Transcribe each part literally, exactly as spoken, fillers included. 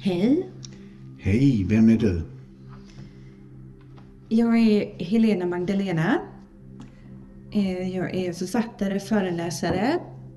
Hej. Hej, vem är du? Jag är Helena Magdalena. Jag är författare, föreläsare,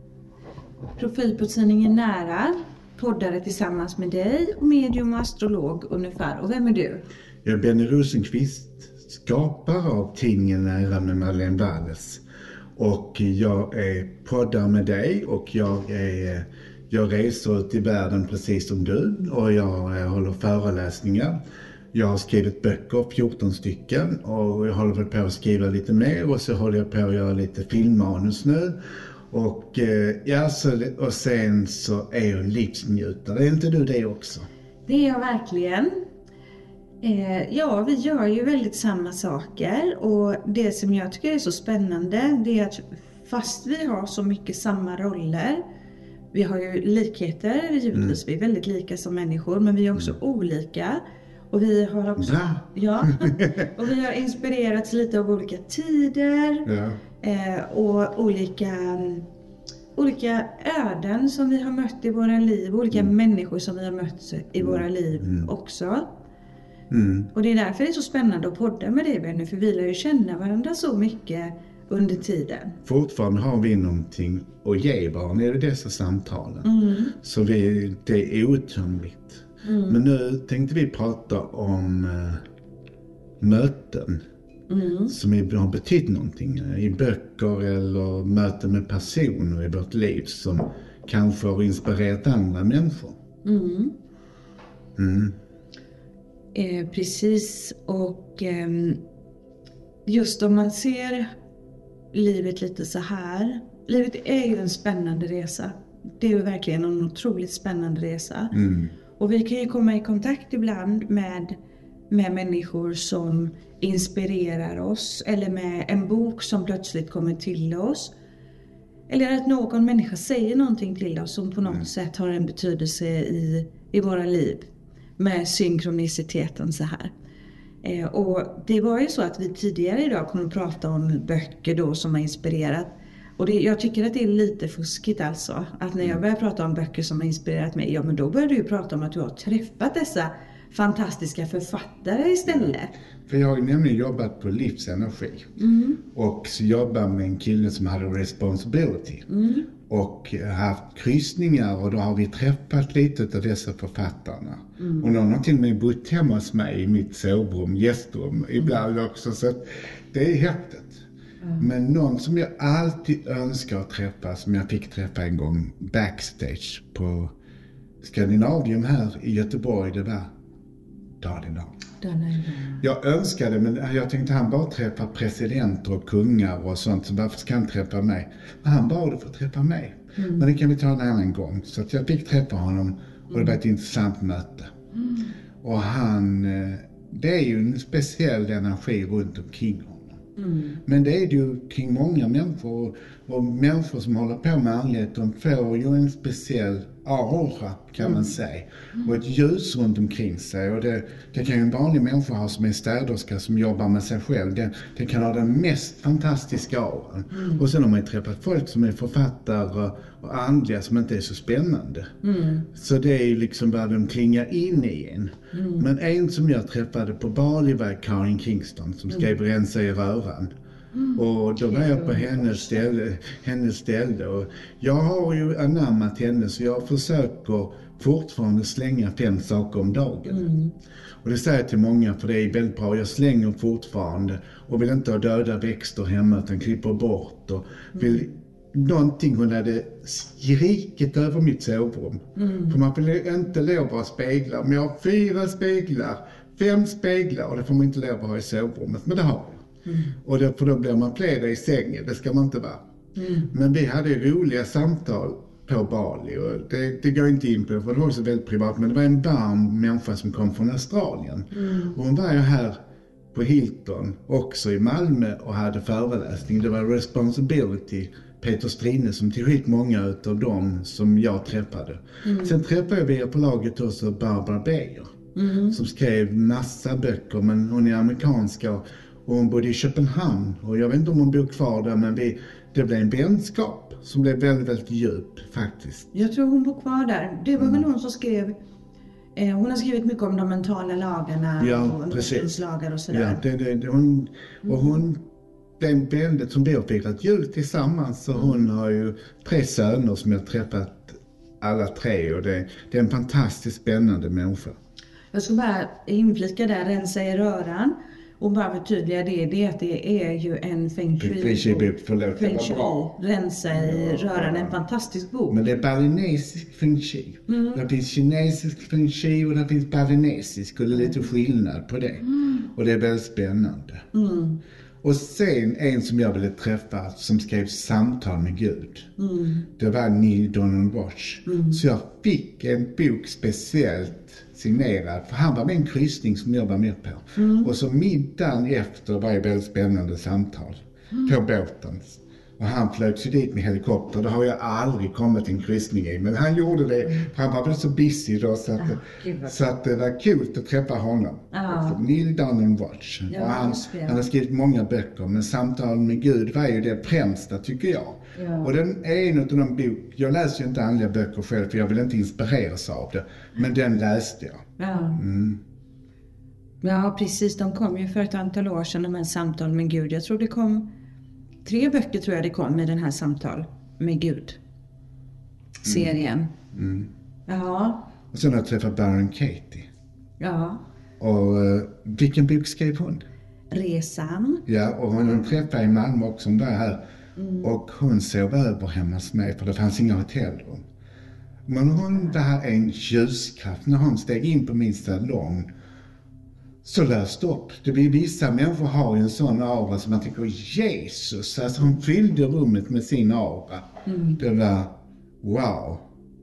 profil på tidningen Nära, poddare tillsammans med dig och medium och astrolog ungefär. Och vem är du? Jag är Benny Rosenqvist, skapare av tidningen Nära med Marlene Walles. Och jag är poddare med dig och jag, är, jag reser ut i världen precis som du och jag håller föreläsningar. Jag har skrivit böcker, fjorton stycken, och jag håller väl på att skriva lite mer och så håller jag på att göra lite filmmanus nu. Och, ja, så, och sen så är jag livsnjutare. Är inte du det också? Det är jag verkligen. Eh, ja, vi gör ju väldigt samma saker, och det som jag tycker är så spännande, det är att fast vi har så mycket samma roller, vi har ju likheter givetvis, mm. vi är väldigt lika som människor, men vi är också mm. olika. Och vi har också, ja, och vi har inspirerats lite av olika tider, ja. eh, och olika, olika öden som vi har mött i våra liv, olika mm. människor som vi har mött i våra liv mm. också. Mm. Och det är därför det är så spännande att podda med dig, Benny, för vi lär ju känna varandra så mycket under tiden. Fortfarande har vi någonting att ge varandra i dessa samtalen, mm. så vi, det är outtömligt. Mm. Men nu tänkte vi prata om uh, möten mm. som har betytt någonting i böcker eller möten med personer i vårt liv som kanske har inspirerat andra människor. Mm. Mm. Eh, precis, och eh, just om man ser livet lite så här, livet är ju en spännande resa. Det är ju verkligen en otroligt spännande resa. Mm. Och vi kan ju komma i kontakt ibland med, med människor som inspirerar oss. Eller med en bok som plötsligt kommer till oss. Eller att någon människa säger någonting till oss som på något mm. sätt har en betydelse i, i våra liv. Med synkroniciteten så här. Eh, och det var ju så att vi tidigare idag kommer att prata om böcker då som har inspirerat. Och det, jag tycker att det är lite fuskigt alltså. Att när jag börjar prata om böcker som har inspirerat mig, ja men då börjar du ju prata om att du har träffat dessa fantastiska författare istället. För jag har ju nämligen jobbat på livsenergi. Mm. Och så jobbar med en kille som hade responsibility. Mm. Och haft kryssningar, och då har vi träffat lite av dessa författarna. Mm. Och någon har till och med bott hemma hos mig i mitt sovrum, gästrum ibland mm. också. Så att det är häftigt. Mm. Men någon som jag alltid önskar att träffa, som jag fick träffa en gång backstage på Skandinavium här i Göteborg, det var Dalai Lama. Jag önskade, men jag tänkte han bara träffa presidenter och kungar och sånt, så varför ska han träffa mig? Men han bad för att träffa mig. Mm. Men det kan vi ta en annan gång. Så att jag fick träffa honom och det var ett intressant möte. Mm. Och han, det är ju en speciell energi runt omkring honom. Mm. Men det är det ju kring många människor, och, och människor som håller på med andlighet, de får ju en speciell aura kan mm. man säga, och ett ljus runt omkring sig, och det, det kan ju en vanlig människa ha som är städerska som jobbar med sig själv, det, det kan ha den mest fantastiska auran. Mm. Och sen har man ju träffat folk som är författare och andliga som inte är så spännande. Mm. Så det är ju liksom vad de klingar in i en. Mm. Men en som jag träffade på Bali var Karin Kingston som skrev mm. Rensa i röran. Mm. Och då var jag på hennes ställe, hennes ställe och jag har ju anammat henne, så jag försöker fortfarande slänga fem saker om dagen. Mm. Och det säger jag till många, för det är väldigt bra. Jag slänger fortfarande och vill inte ha döda växter hemma utan klipper bort. Och vill, mm. någonting hon hade skrikit över mitt sovrum. Mm. För man vill inte lov att spegla. Men jag har fyra speglar, fem speglar, och det får man inte lov att ha i sovrummet. Men det har jag. Mm. Och det, för då blir man pläda i sängen, det ska man inte vara. Mm. Men vi hade roliga samtal på Bali, och det, det går inte in på, för det var också väldigt privat, men det var en varm människa som kom från Australien. Mm. Och hon var ju här på Hilton, också i Malmö, och hade föreläsning. Det var Responsibility, Peter Strine, som tillskilt många av dem som jag träffade. Mm. Sen träffade jag via på laget också Barbara Beyer, mm. som skrev massa böcker, men hon är amerikanska, och hon bodde i Köpenhamn, och jag vet inte om hon bor kvar där, men vi, det blev en vänskap som blev väldigt, väldigt djup faktiskt. Jag tror hon bor kvar där. Det var mm. väl hon som skrev Eh, hon har skrivit mycket om de mentala lagarna Ja, och precis. lagar och sådär. Ja, det, det, det, hon, och hon blev väldigt, som vi har firat jul tillsammans, så hon har ju tre söner som jag har träffat alla tre, och det, det är en fantastiskt spännande människa. Jag ska bara inflika där, rensa i röran och bara förtydliga det, det är att det är ju en feng shui. Feng shui, förlåt, Feng det shui, var bra. rensa i röran, en fantastisk bok. Men det är balinesisk feng shui. Mm. Det finns kinesisk feng shui och det finns balinesisk, och det är lite skillnad på det. Mm. Och det är väldigt spännande. Mm. Och sen en som jag ville träffa som skrev Samtal med Gud. Mm. Det var Neale Donald Walsch. Mm. Så jag fick en bok speciellt signerad, för han var med en kryssning som jag var med på. Mm. Och så middagen efter var det väldigt spännande samtal mm. på båten. Och han flög sig dit med helikopter. Det har jag aldrig kommit en kryssning i. Men han gjorde det. Mm. Han var väl så busy då så att, ah, så att det var kul att träffa honom. Ah. Neale Donald Walsch. Ja, och han, han har skrivit många böcker. Men Samtal med Gud var ju det främsta, tycker jag. Ja. Och den är en av de böcker. Jag läser ju inte andra böcker själv, för jag vill inte inspireras av det. Men den läste jag. Ja. Mm. Ja, precis. De kom ju för ett antal år sedan med Samtal med Gud. Jag tror det kom... Tre böcker tror jag det kom med den här Samtal med Gud-serien. Mm. Mm. Ja. Och sen har jag träffat Byron Katie. Ja. Och uh, vilken bok skrev hon? Resan. Ja, och hon mm. träffade i Malmö också, hon var här. Mm. Och hon sov över hemma hos mig, för det fanns inga hotellrum. Men hon var en ljuskraft. När hon steg in på min salong så löst upp. Det blir vissa människor har ju en sån aura som man tänker, Jesus, alltså hon fyllde rummet med sin aura. Mm. Det var wow.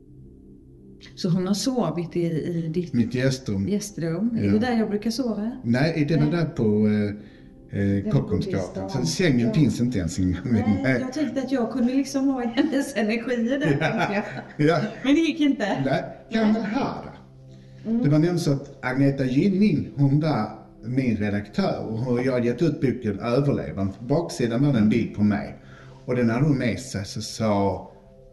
Så hon har sovit i, i ditt mitt gästrum. gästrum? Ja. Är det där jag brukar sova? Nej, det var Nej. där på eh, Kockumsgatan. Så sängen ja. finns inte ens en gång. Nej, jag tänkte att jag kunde liksom ha hennes energier där. Ja. Ja. Men det gick inte. Nej, kan man här. Mm. Det var nämligen så att Agneta Gynning, hon var min redaktör, och jag hade gett ut boken Överlevaren. På baksidan var det en bild på mig. Och den hade hon med sig, så sa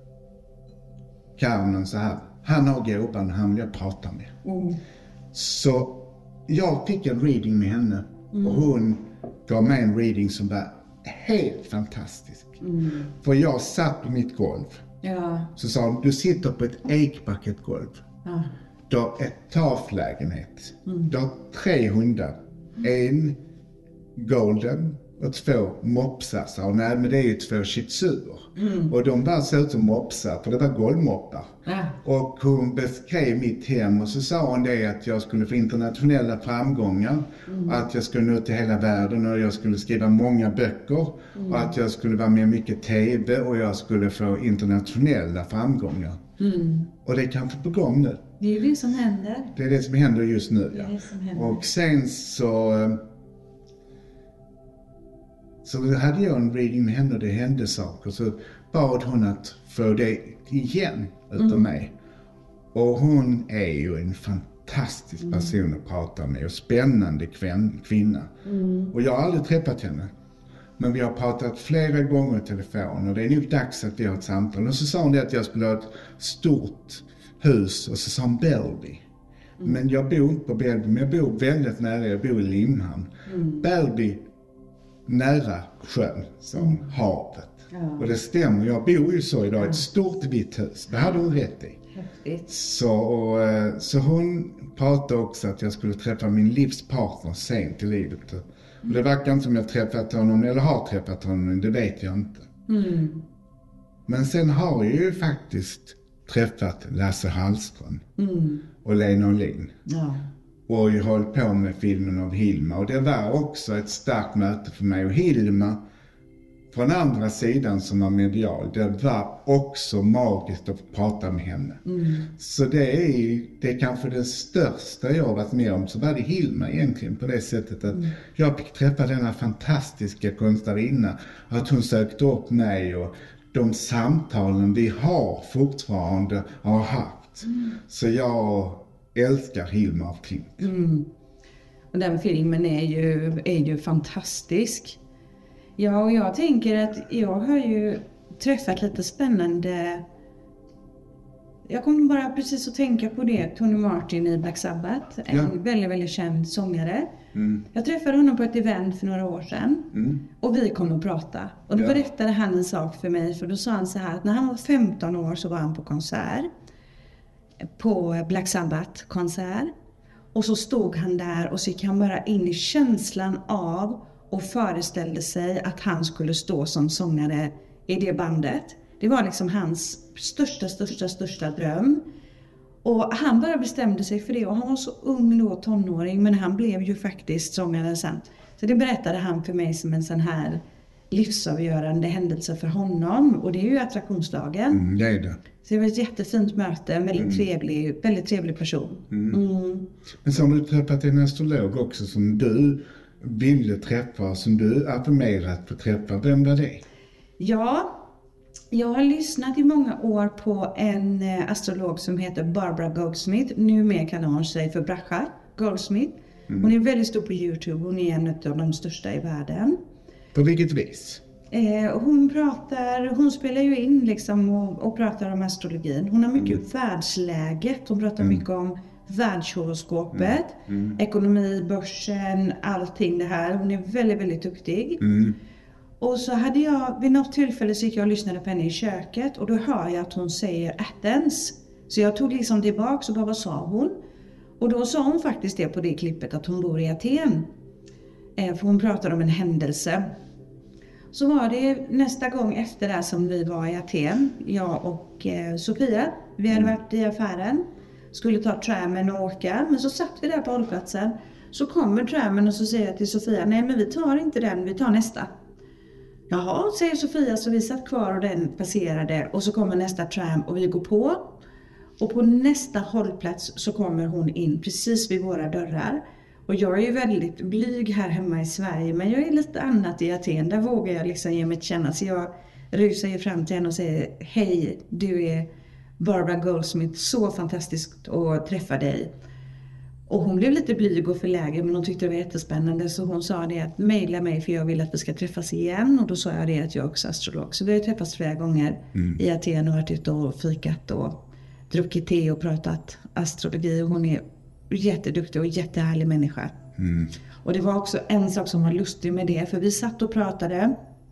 Carmen så här: han har gåvan, han vill jag prata med. Mm. Så jag fick en reading med henne. Mm. Och hon gav mig en reading som var helt fantastisk. Mm. För jag satt på mitt golv. Ja. Så sa hon, du sitter på ett ekparkettgolv. Ja. Du har ett taklägenhet. Mm. Du har tre hundar. En golden och två mopsar. Så, nej, men det är ju två shitsuer. Mm. Och de var så ut som mopsar, för det var golvmoppar. Ja. Och hon beskrev mitt hem, och så sa hon det att jag skulle få internationella framgångar. Mm. Att jag skulle nå till hela världen, och jag skulle skriva många böcker. Mm. Och att jag skulle vara med mycket tv, och jag skulle få internationella framgångar. Mm. Och det är kanske på gång nu. Det är det som händer. Det är det som händer just nu, ja. Det är det som händer. Och sen så... Så hade jag en reading med henne, och det hände saker. Så bad hon att få det igen utav mm. mig. Och hon är ju en fantastisk mm. person att prata med. Och spännande kvän, kvinna. Mm. Och jag har aldrig träffat henne. Men vi har pratat flera gånger i telefon, och det är nog dags att vi har ett samtal. Och så sa hon det att jag skulle ha ett stort hus, och så sa hon Bellby. Mm. Men jag bor inte på Bellby, men jag bor väldigt nära, jag bor i Limhamn. Mm. Bellby, nära sjön, så mm. havet. Ja. Och det stämmer, jag bor ju så idag, ett stort vitt hus. Det hade hon rätt i. Häftigt. Så, och, så hon pratade också att jag skulle träffa min livspartner sent i livet. Och det verkar inte som jag träffat honom, eller har träffat honom, det vet jag inte. Mm. Men sen har jag ju faktiskt träffat Lasse Hallström mm. och Lena Olin. Ja. Och jag höll på med filmen av Hilma, och det var också ett starkt möte för mig. Och Hilma, från andra sidan som var medial, det var också magiskt att prata med henne. Mm. Så det är, det är kanske det största jag har varit med om, så var det Hilma egentligen, på det sättet att mm. jag fick träffa denna fantastiska konstnärinna, att hon sökte upp mig, och de samtalen vi har fortfarande har haft. Mm. Så jag älskar Hilma af Klint. Mm. Och den filmen är ju, är ju fantastisk. Ja, och jag tänker att jag har ju träffat lite spännande Jag kommer bara precis att tänka på det. Tony Martin i Black Sabbath. En ja. väldigt, väldigt känd sångare. Mm. Jag träffade honom på ett event för några år sedan. Mm. Och vi kom att prata. Och då ja. berättade han en sak för mig. För då sa han så här att när han var femton år så var han på konsert. På Black Sabbath konsert. Och så stod han där och så gick han bara in i känslan av och föreställde sig att han skulle stå som sångare i det bandet. Det var liksom hans största, största, största dröm. Och han bara bestämde sig för det. Och han var så ung då, tonåring. Men han blev ju faktiskt sångare sen. Så det berättade han för mig som en sån här livsavgörande händelse för honom. Och det är ju attraktionsdagen. Mm, det är det. Så det var ett jättefint möte. En väldigt, mm. trevlig, väldigt trevlig person. Mm. Mm. Men så har du träffat en astrolog också som du ville träffa. Som du affirmerat för att träffa. Vem var det? Ja... Jag har lyssnat i många år på en astrolog som heter Barbara Goldsmith. Numera kallar hon sig för Bracha Goldsmith. Mm. Hon är väldigt stor på YouTube. Hon är en av de största i världen. På vilket vis? Eh, hon pratar, hon spelar ju in liksom och, och pratar om astrologin. Hon har mycket mm. världsläget. Hon pratar mm. mycket om världshoroskopet. Mm. Mm. Ekonomi, börsen, allting det här. Hon är väldigt, väldigt duktig. Mm. Och så hade jag, vid något tillfälle så gick jag och lyssnade på henne i köket. Och då hör jag att hon säger Athens. Så jag tog liksom tillbaka och bara, vad sa hon? Och då sa hon faktiskt det på det klippet att hon bor i Aten. Eh, för hon pratade om en händelse. Så var det nästa gång efter det som vi var i Aten. Jag och eh, Sofia. Vi hade varit i affären. Skulle ta trammen och åka. Men så satt vi där på hållplatsen. Så kommer trammen och så säger jag till Sofia. Nej men vi tar inte den, vi tar nästa. Jaha, säger Sofia, så vi satt kvar och den passerade och så kommer nästa tram och vi går på. Och på nästa hållplats så kommer hon in precis vid våra dörrar. Och jag är ju väldigt blyg här hemma i Sverige, men jag är lite annat i Aten. Där vågar jag liksom ge mig ett känna. Så jag rusar ju fram till henne och säger, hej, du är Barbara Goldsmith, så fantastiskt att träffa dig. Och hon blev lite blyg och förlägen, men hon tyckte det var jättespännande. Så hon sa det att mejla mig för jag vill att vi ska träffas igen. Och då sa jag det att jag också är astrolog. Så vi har träffats flera gånger mm. i Aten och varit ute och fikat och druckit te och pratat astrologi. Och hon är jätteduktig och jättehärlig människa. Mm. Och det var också en sak som var lustig med det. För vi satt och pratade.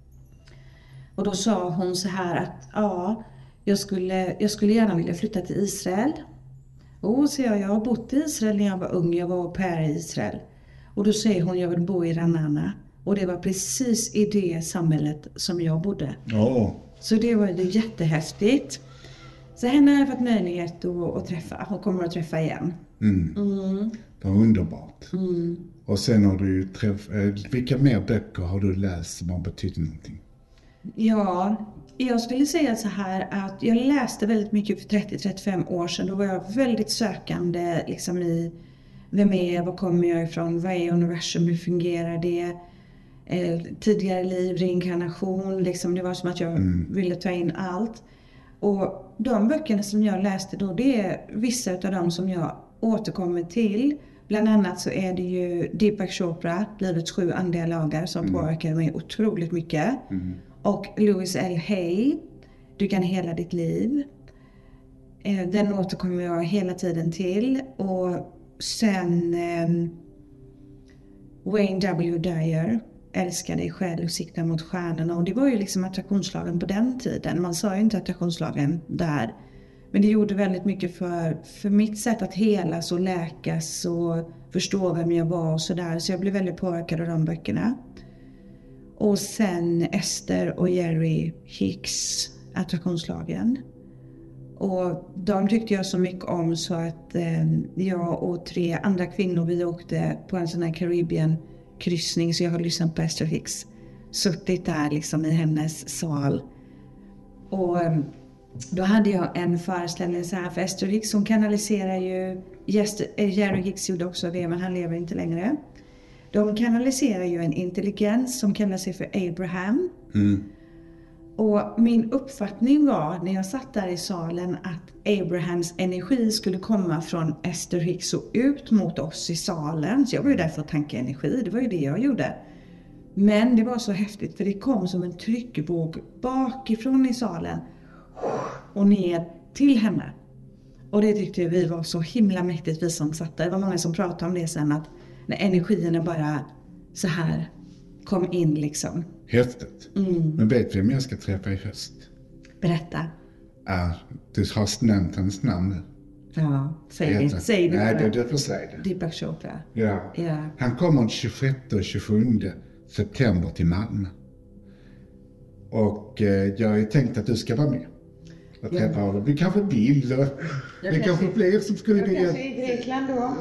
Och då sa hon så här att ja, jag skulle, jag skulle gärna vilja flytta till Israel. Och så jag, jag har bott i Israel när jag var ung, jag var au pair i Israel. Och då säger hon, jag vill bo i Ranana. Och det var precis i det samhället som jag bodde. Oh. Så det var ju jättehäftigt. Så henne har jag fått möjlighet att, att träffa och kommer att träffa igen. Mm. Mm. Det var underbart. Mm. Och sen har du ju träffat, vilka mer böcker har du läst som har betytt någonting? Ja, jag skulle säga så här att jag läste väldigt mycket för trettio till trettiofem år sedan. Då var jag väldigt sökande liksom i vem är jag, var kommer jag ifrån, vad är universum, hur fungerar det? Eh, tidigare liv, reinkarnation, liksom det var som att jag mm. ville ta in allt. Och de böckerna som jag läste då, det är vissa av dem som jag återkommer till. Bland annat så är det ju Deepak Chopra, Livets sju andliga lagar, som mm. påverkar mig otroligt mycket. Mm. Och Louise L. Hay, Du kan hela ditt liv. Den återkommer jag hela tiden till. Och sen eh, Wayne W. Dyer, Älska dig själv och sikta mot stjärnorna. Och det var ju liksom attraktionslagen på den tiden. Man sa ju inte attraktionslagen där. Men det gjorde väldigt mycket för, för mitt sätt att helas och läkas och förstå vem jag var och sådär. Så jag blev väldigt påverkad av de böckerna. Och sen Esther och Jerry Hicks, attraktionslagen. Och de tyckte jag så mycket om så att eh, jag och tre andra kvinnor, vi åkte på en sån här Caribbean-kryssning. Så jag har lyssnat på Esther Hicks. Suttit där liksom i hennes sal. Och eh, då hade jag en föreställning så här. För Esther Hicks, hon kanaliserar ju, Jerry Hicks gjorde också det, men han lever inte längre. De kanaliserar ju en intelligens som kallar sig för Abraham. Mm. Och min uppfattning var när jag satt där i salen att Abrahams energi skulle komma från Esther Hicks och ut mot oss i salen. Så jag var ju där för att tanka energi, det var ju det jag gjorde. Men det var så häftigt för det kom som en tryckvåg bakifrån i salen och ner till henne. Och det tyckte vi var så himla mäktigt, vi som satt där. Det var många som pratade om det sen, att när energierna bara så här kom in liksom. Häftigt. Mm. Men vet du vem jag ska träffa i höst? Berätta. Ja, du har nämnt hans namn nu. Ja, säg det. Säg det. Nej, det, det får säga det. Deepak Chopra. Ja. ja. Han kommer den tjugosjätte och tjugosjunde september till Malmö. Och eh, jag har tänkt att du ska vara med. Och träffa honom. Vi kanske vill. Och det kanske fler som skulle vilja. Jag kanske i Grekland då.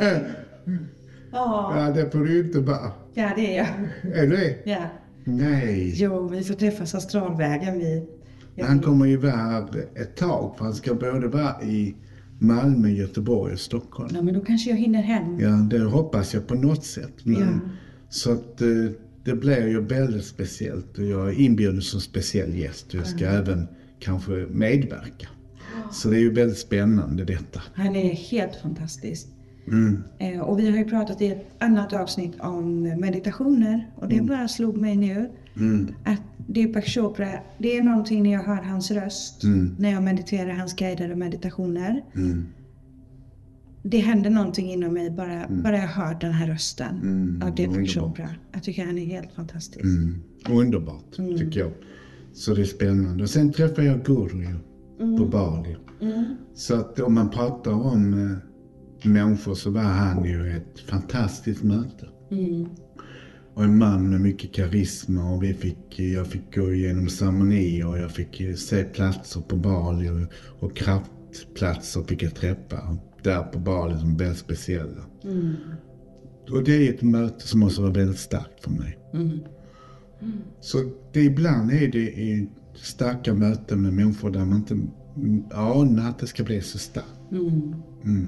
Ja. Ja, det får du inte bara. Ja, det är jag. Är du det? Ja. Nej. Jo, vi får träffas astralvägen. Vi... Han kommer ju vara här ett tag. För han ska både vara i Malmö, Göteborg och Stockholm. Ja, men då kanske jag hinner hem. Ja, det hoppas jag på något sätt. Men, ja. Så att eh, det blir ju väldigt speciellt. Och jag är inbjuden som speciell gäst. Och jag ska mm. även kanske medverka. Så det är ju väldigt spännande detta. Han är helt fantastisk. Mm. Eh, och vi har ju pratat i ett annat avsnitt om meditationer. Och det mm. bara slog mig nu. Mm. Att Deepak Chopra, det är någonting när jag hör hans röst. Mm. När jag mediterar hans guidade meditationer. Mm. Det händer någonting inom mig bara, mm. bara jag hör den här rösten mm. av Deepak Chopra. Jag tycker han är helt fantastisk. Mm. Underbart, mm. tycker jag. Så det är spännande. Och sen träffar jag Guru mm. på Bali. Mm. Så att om man pratar om eh, människor så var han ju ett fantastiskt möte. Mm. Och en man med mycket karisma och vi fick, jag fick gå igenom ceremoni och jag fick se platser på Bali och, och kraftplatser fick jag träffa där på Bali som är väldigt speciella. Mm. Och det är ett möte som måste vara väldigt starkt för mig. Mm. Mm. Så det, ibland är det i starka möten med människor där man inte anar att det ska bli så starkt. Mm. Mm.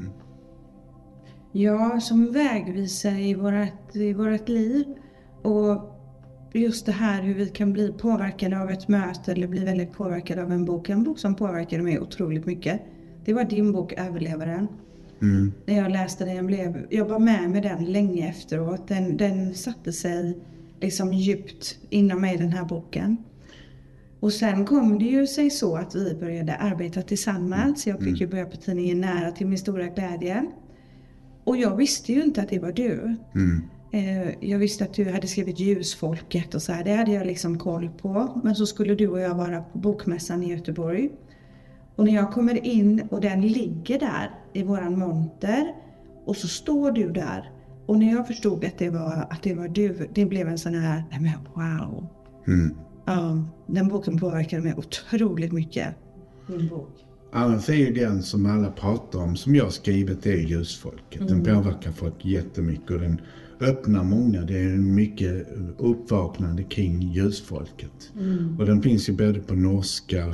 Ja, som vägvisare i vårt, i vårt liv. Och just det här hur vi kan bli påverkade av ett möte eller bli väldigt påverkade av en bok. En bok som påverkade mig otroligt mycket. Det var din bok Överlevaren. Mm. När jag läste den, jag, blev, jag var med med den länge efteråt. Den, den satte sig liksom djupt inom mig, den här boken. Och sen kom det ju sig så att vi började arbeta tillsammans. Jag fick ju börja på tidningen Nära till min stora glädje. Och jag visste ju inte att det var du. Mm. Eh, jag visste att du hade skrivit Ljusfolket och så här. Det hade jag liksom koll på. Men så skulle du och jag vara på bokmässan i Göteborg. Och när jag kommer in och den ligger där i våran monter. Och så står du där. Och när jag förstod att det var, att det var du. Det blev en sån här, nej men wow. Mm. Ja, den boken påverkade mig otroligt mycket. Min bok. Annars är ju den som alla pratar om, som jag skrivit, det är Ljusfolket. Mm. Den påverkar folk jättemycket och den öppnar många. Det är mycket uppvaknande kring Ljusfolket. Mm. Och den finns ju både på norska,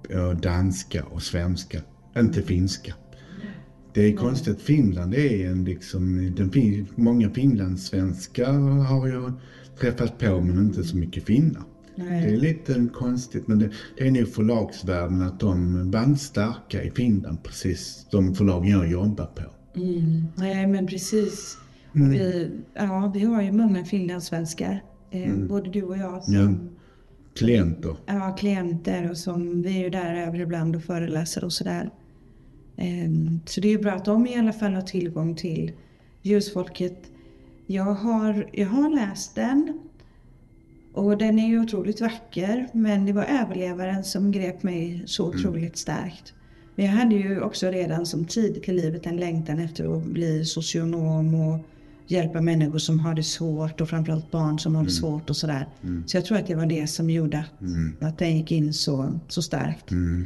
danska och svenska. Inte finska. Det är konstigt, Finland är en liksom, den fin, många finlandssvenskar har jag träffat på men inte så mycket finnar. Nej. Det är lite konstigt, men det, det är nog förlagsvärlden att de vann starka i Finland, precis de förlagen jag jobbar på. Mm. Nej, men precis. Mm. Vi, ja, vi har ju många finlandssvenskar, eh, mm. både du och jag. Som, ja. Klienter. Ja, klienter och som vi är ju där över ibland och föreläser och sådär. Eh, så det är ju bra att de i alla fall har tillgång till Ljusfolket. Jag har, jag har läst den. Och den är ju otroligt vacker, men det var Överlevaren som grep mig så otroligt mm. starkt. Men jag hade ju också redan som tidigt i livet en längtan efter att bli socionom och hjälpa människor som har det svårt och framförallt barn som har det mm. svårt och sådär. Mm. Så jag tror att det var det som gjorde att, mm. att den gick in så, så starkt. Mm.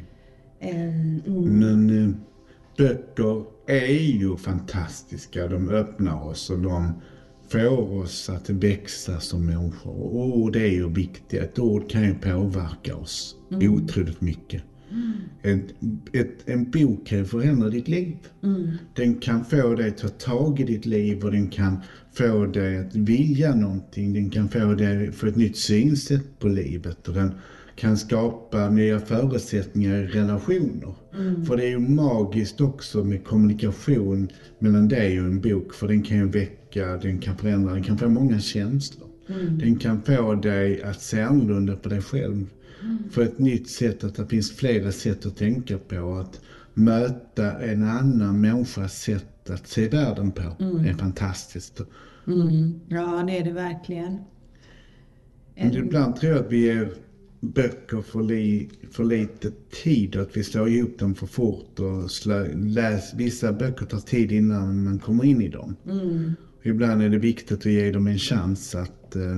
Mm. Men äh, böcker är ju fantastiska, de öppnar oss och de får oss att växa som människor. Och ord är ju viktigt. Ett ord kan ju påverka oss mm. otroligt mycket. Mm. Ett, ett, en bok kan förändra ditt liv. Mm. Den kan få dig att ta tag i ditt liv och den kan få dig att vilja någonting. Den kan få dig att få ett nytt synsätt på livet och den kan skapa nya förutsättningar i relationer. Mm. För det är ju magiskt också med kommunikation mellan dig och en bok, för den kan ju väcka, den kan förändra, den kan få många känslor. Mm. Den kan få dig att se annorlunda på dig själv. Mm. För ett nytt sätt, att det finns flera sätt att tänka på. Att möta en annan människas sätt att se världen på mm. är fantastiskt. Mm. Ja, det är det verkligen. Men ibland tror jag att vi ger böcker för, li, för lite tid, att vi slår ihop dem för fort och slå, läs, vissa böcker tar tid innan man kommer in i dem. Mm. Ibland är det viktigt att ge dem en chans att uh,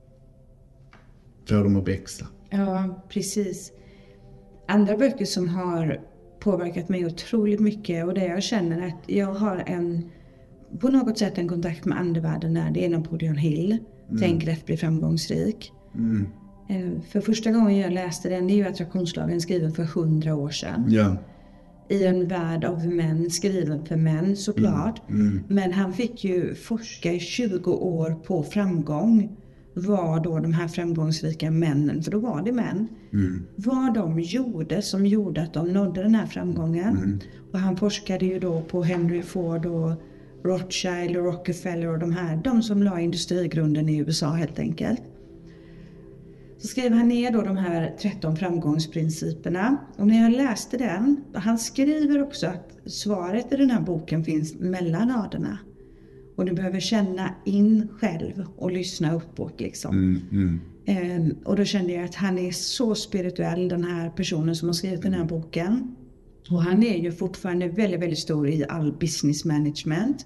få dem att växa. Ja, precis. Andra böcker som har påverkat mig otroligt mycket, och det jag känner att jag har en på något sätt en kontakt med andevärlden där, det är Napoleon Hill. Mm. Tänk rätt, bli framgångsrik. Mm. För första gången jag läste den, det är ju attraktionslagen skriven för hundra år sedan. Ja. I en värld av män, skriven för män såklart. Mm. Mm. Men han fick ju forska i tjugo år på framgång. Vad då de här framgångsrika männen, för då var det män. Mm. Vad de gjorde som gjorde att de nådde den här framgången. Mm. Och han forskade ju då på Henry Ford och Rothschild och Rockefeller och de här. De som la industrigrunden i U S A helt enkelt. Så skrev han ner då de här tretton framgångsprinciperna. Och när jag läste den, han skriver också att svaret i den här boken finns mellan raderna. Och du behöver känna in själv och lyssna uppåt liksom. Mm, mm. Ehm, och då kände jag att han är så spirituell, den här personen som har skrivit den här boken. Och han är ju fortfarande väldigt, väldigt stor i all business management.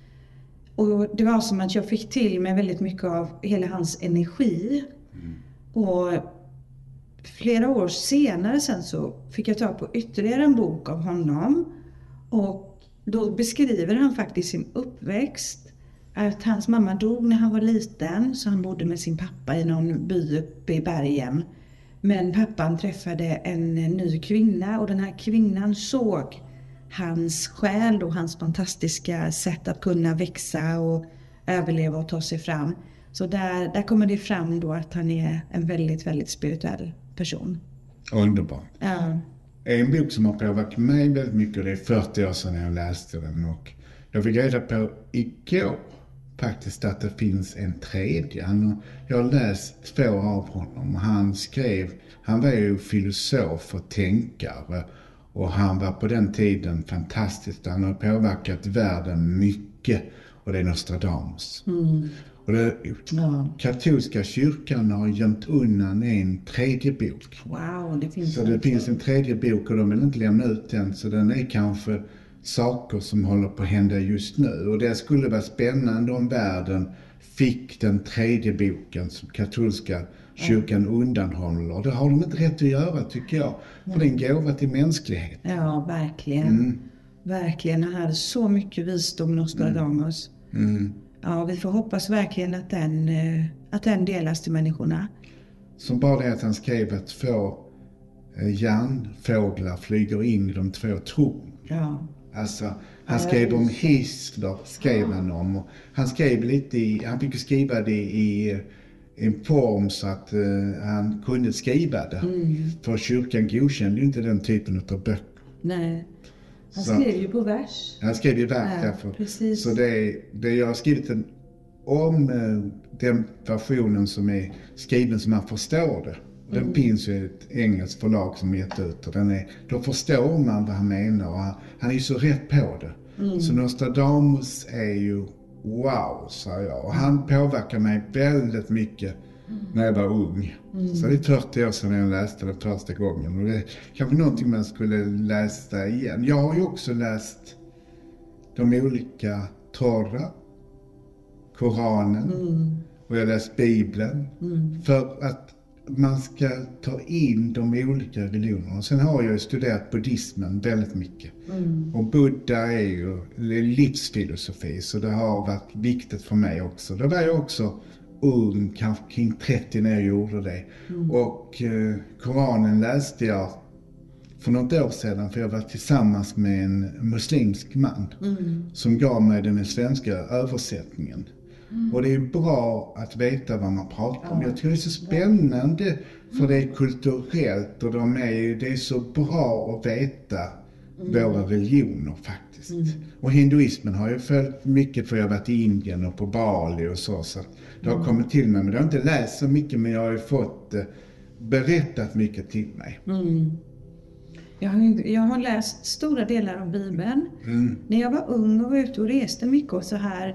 Och det var som att jag fick till mig väldigt mycket av hela hans energi. Mm. Och flera år senare sen så fick jag ta på ytterligare en bok av honom. Och då beskriver han faktiskt sin uppväxt. Att hans mamma dog när han var liten, så han bodde med sin pappa i någon by uppe i bergen. Men pappan träffade en ny kvinna, och den här kvinnan såg hans själ och hans fantastiska sätt att kunna växa och överleva och ta sig fram. Så där, där kommer det fram då att han är en väldigt, väldigt spirituell person. Underbart. Ja. En bok som har påverkat mig väldigt mycket, det är fyrtio år sedan jag läste den, och jag fick reda på igår faktiskt att det finns en tredje. Han, jag har läst två av honom. Han skrev, han var ju filosof och tänkare, och han var på den tiden fantastisk. Han har påverkat världen mycket, och det är Nostradamus. Mm. Och det, ja. Katolska kyrkan har gömt undan en tredje bok. Wow, det finns Så det finns en tredje bok, och de vill inte lämna ut den, så den är kanske saker som håller på att hända just nu. Och det skulle vara spännande om världen fick den tredje boken som katolska kyrkan ja. undanhåller. Det har de inte rätt att göra, tycker jag. För det är en gåva till mänsklighet. Ja, verkligen. Mm. Verkligen. Han hade så mycket visdom, Nostradamus. Mm. Mm. Ja, vi får hoppas verkligen att den, att den delas till människorna. Som bara det att han skrev att två järnfåglar flyger in i de två torn. Ja. Alltså, han skrev om Hitler, skrev han om. Och han skrev lite i, han fick skriva det i, i en form så att uh, han kunde skriva det. Mm. För kyrkan godkände ju inte den typen av böcker. Nej. Han så, skrev ju på vers. Han skrev ju vers ja, därför. Precis. Så det, det jag har skrivit en, om uh, den versionen som är skriven som man förstår det. Den mm. finns ju ett engelskt förlag som gett ut, och den är, då förstår man vad han menar, och han, han är ju så rätt på det. Mm. Så Nostradamus är ju wow, sa jag. Och han påverkar mig väldigt mycket mm. när jag var ung. Mm. Så det är fyrtio år sedan jag läste det första gången. Och det är kanske någonting man skulle läsa igen. Jag har ju också läst de olika Torah, Koranen mm. och jag har läst Bibeln. Mm. För att man ska ta in de olika religionerna. Sen har jag ju studerat buddhismen väldigt mycket. Mm. Och Buddha är ju livsfilosofi, så det har varit viktigt för mig också. Då var jag också ung, kanske kring trettio när jag gjorde det. Mm. Och eh, Koranen läste jag för något år sedan, för jag var tillsammans med en muslimsk man mm. som gav mig den svenska översättningen. Mm. Och det är bra att veta vad man pratar om. Jag tycker det är så spännande, för det är kulturellt, och de är, det är så bra att veta mm. våra religioner faktiskt. Mm. Och hinduismen har ju följt mycket, för jag har varit i Indien och på Bali och så. Så det har mm. kommit till mig, men jag har inte läst så mycket, men jag har ju fått eh, berättat mycket till mig. Mm. Jag har, jag har läst stora delar av Bibeln. Mm. När jag var ung och var ute och reste mycket och så här.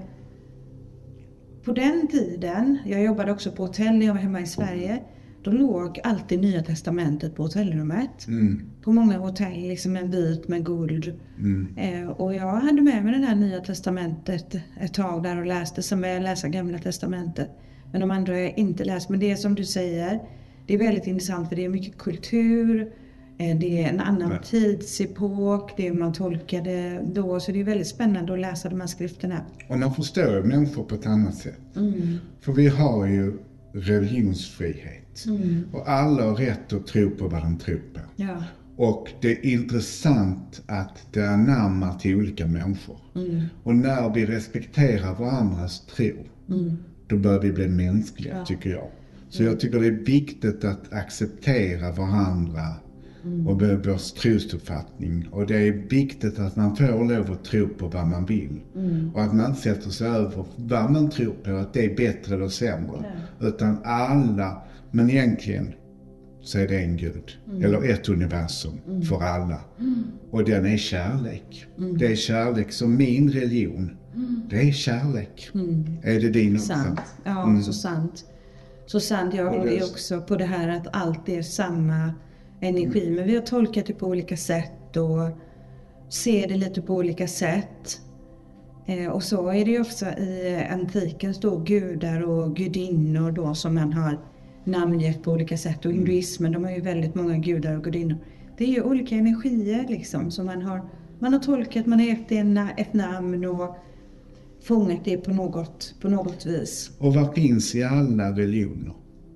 På den tiden, jag jobbade också på hotell när jag var hemma i Sverige. Då låg alltid Nya Testamentet på hotellrummet. Mm. På många hotell, liksom en bit med guld. Mm. Eh, och jag hade med mig det här Nya Testamentet ett tag där och läste, som jag läser Gamla Testamentet. Men de andra har jag inte läst. Men det som du säger, det är väldigt intressant för det är mycket kultur. Eh, det är en annan Nej. tidsepok, det är hur man tolkar det då. Så det är väldigt spännande att läsa de här skrifterna. Och man förstår människor på ett annat sätt. Mm. För vi har ju religionsfrihet. Mm. Och alla har rätt att tro på vad de tror på. Ja. Och det är intressant att det anammar till olika människor. Mm. Och när vi respekterar varandras tro, mm. då bör vi bli mänskliga, ja. tycker jag. Så mm. jag tycker det är viktigt att acceptera varandra mm. och vår trosuppfattning. Och det är viktigt att man får lov att tro på vad man vill. Mm. Och att man sätter sig över vad man tror på, att det är bättre eller sämre. Mm. Utan alla, men egentligen så är det en Gud. Mm. Eller ett universum mm. för alla. Mm. Och den är kärlek. Mm. Det är kärlek som min religion. Mm. Det är kärlek. Mm. Är det din också? Sant. Ja, mm. så sant. Så sant. Jag håller också på det här att allt är samma energi. Men vi har tolkat det på olika sätt och ser det lite på olika sätt. Eh, och så är det ju ofta i antikens då gudar och gudinnor då som man har namngett på olika sätt. Och hinduismen, de har ju väldigt många gudar och gudinnor. Det är ju olika energier liksom som man har, man har tolkat, man har gett det ett namn och fångat det på något, på något vis. Och vad finns i alla religioner?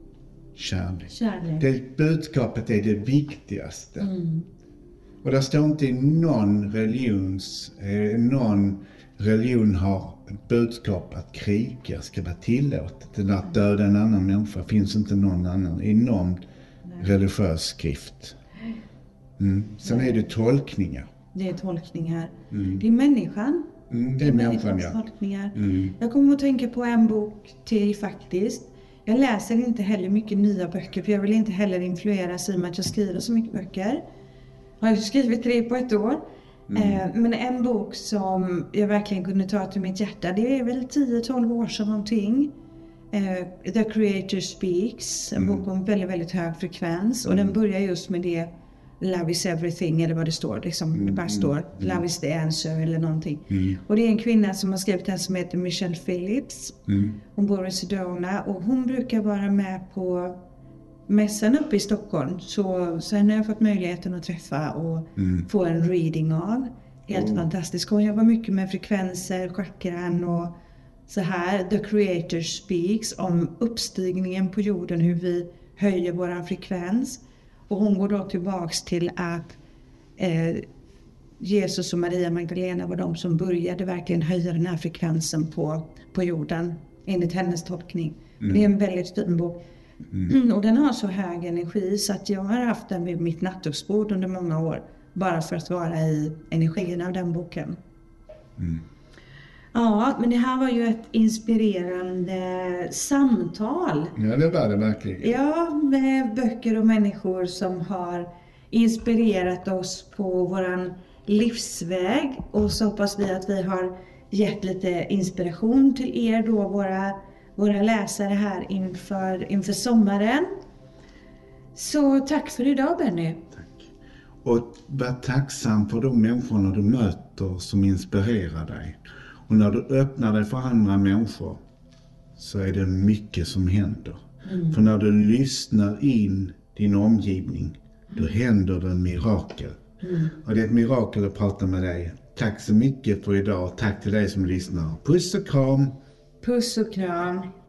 Kärlek. Kärlek. Det budskapet är det viktigaste. Mm. Och där står inte i någon religions, eh, någon religion har ett budskap att kriga ska vara tillåtet. Eller att döda en annan människa finns inte någon annan i någon Nej. religiös skrift. Mm. Sen Nej. är det tolkningar. Det är tolkningar. Mm. Det är människan. Mm, det är människan, ja. Tolkningar. Mm. Jag kommer att tänka på en bok till faktiskt. Jag läser inte heller mycket nya böcker för jag vill inte heller influeras i och med att jag skriver så mycket böcker. Jag har skrivit tre på ett år. Mm. Eh, men en bok som jag verkligen kunde ta till mitt hjärta, det är väl tio tolv år sedan någonting. Eh, The Creator Speaks, en mm. bok om väldigt, väldigt hög frekvens. Mm. Och den börjar just med det, Love is everything, eller vad det står. Liksom, mm. Det bara står, mm. Love is the answer, eller någonting. Mm. Och det är en kvinna som har skrivit den som heter Michelle Phillips. Mm. Hon bor i Sedona och hon brukar vara med på mässan uppe i Stockholm. Så sen har jag fått möjligheten att träffa och mm. få en reading av. Helt oh. fantastiskt. Hon jobbar mycket med frekvenser, chakran och så här. The Creator Speaks, om uppstigningen på jorden, hur vi höjer våran frekvens. Och hon går då tillbaks till att eh, Jesus och Maria Magdalena var de som började verkligen höja den här frekvensen på, på jorden. Enligt hennes tolkning. Mm. Det är en väldigt fin bok. Mm. Och den har så hög energi så att jag har haft den vid mitt nattduksbord under många år. Bara för att vara i energin av den boken. Mm. Ja, men det här var ju ett inspirerande samtal. Ja, det var det verkligen. Ja, med böcker och människor som har inspirerat oss på våran livsväg. Och så hoppas vi att vi har gett lite inspiration till er då, våra, våra läsare här inför, inför sommaren. Så tack för idag, Benny. Tack. Och var tacksam för de människorna du möter som inspirerar dig. Och när du öppnar dig för andra människor så är det mycket som händer. Mm. För när du lyssnar in din omgivning, då händer det en mirakel. Mm. Och det är ett mirakel att prata med dig. Tack så mycket för idag. Tack till dig som lyssnar. Puss och kram. Puss och kram.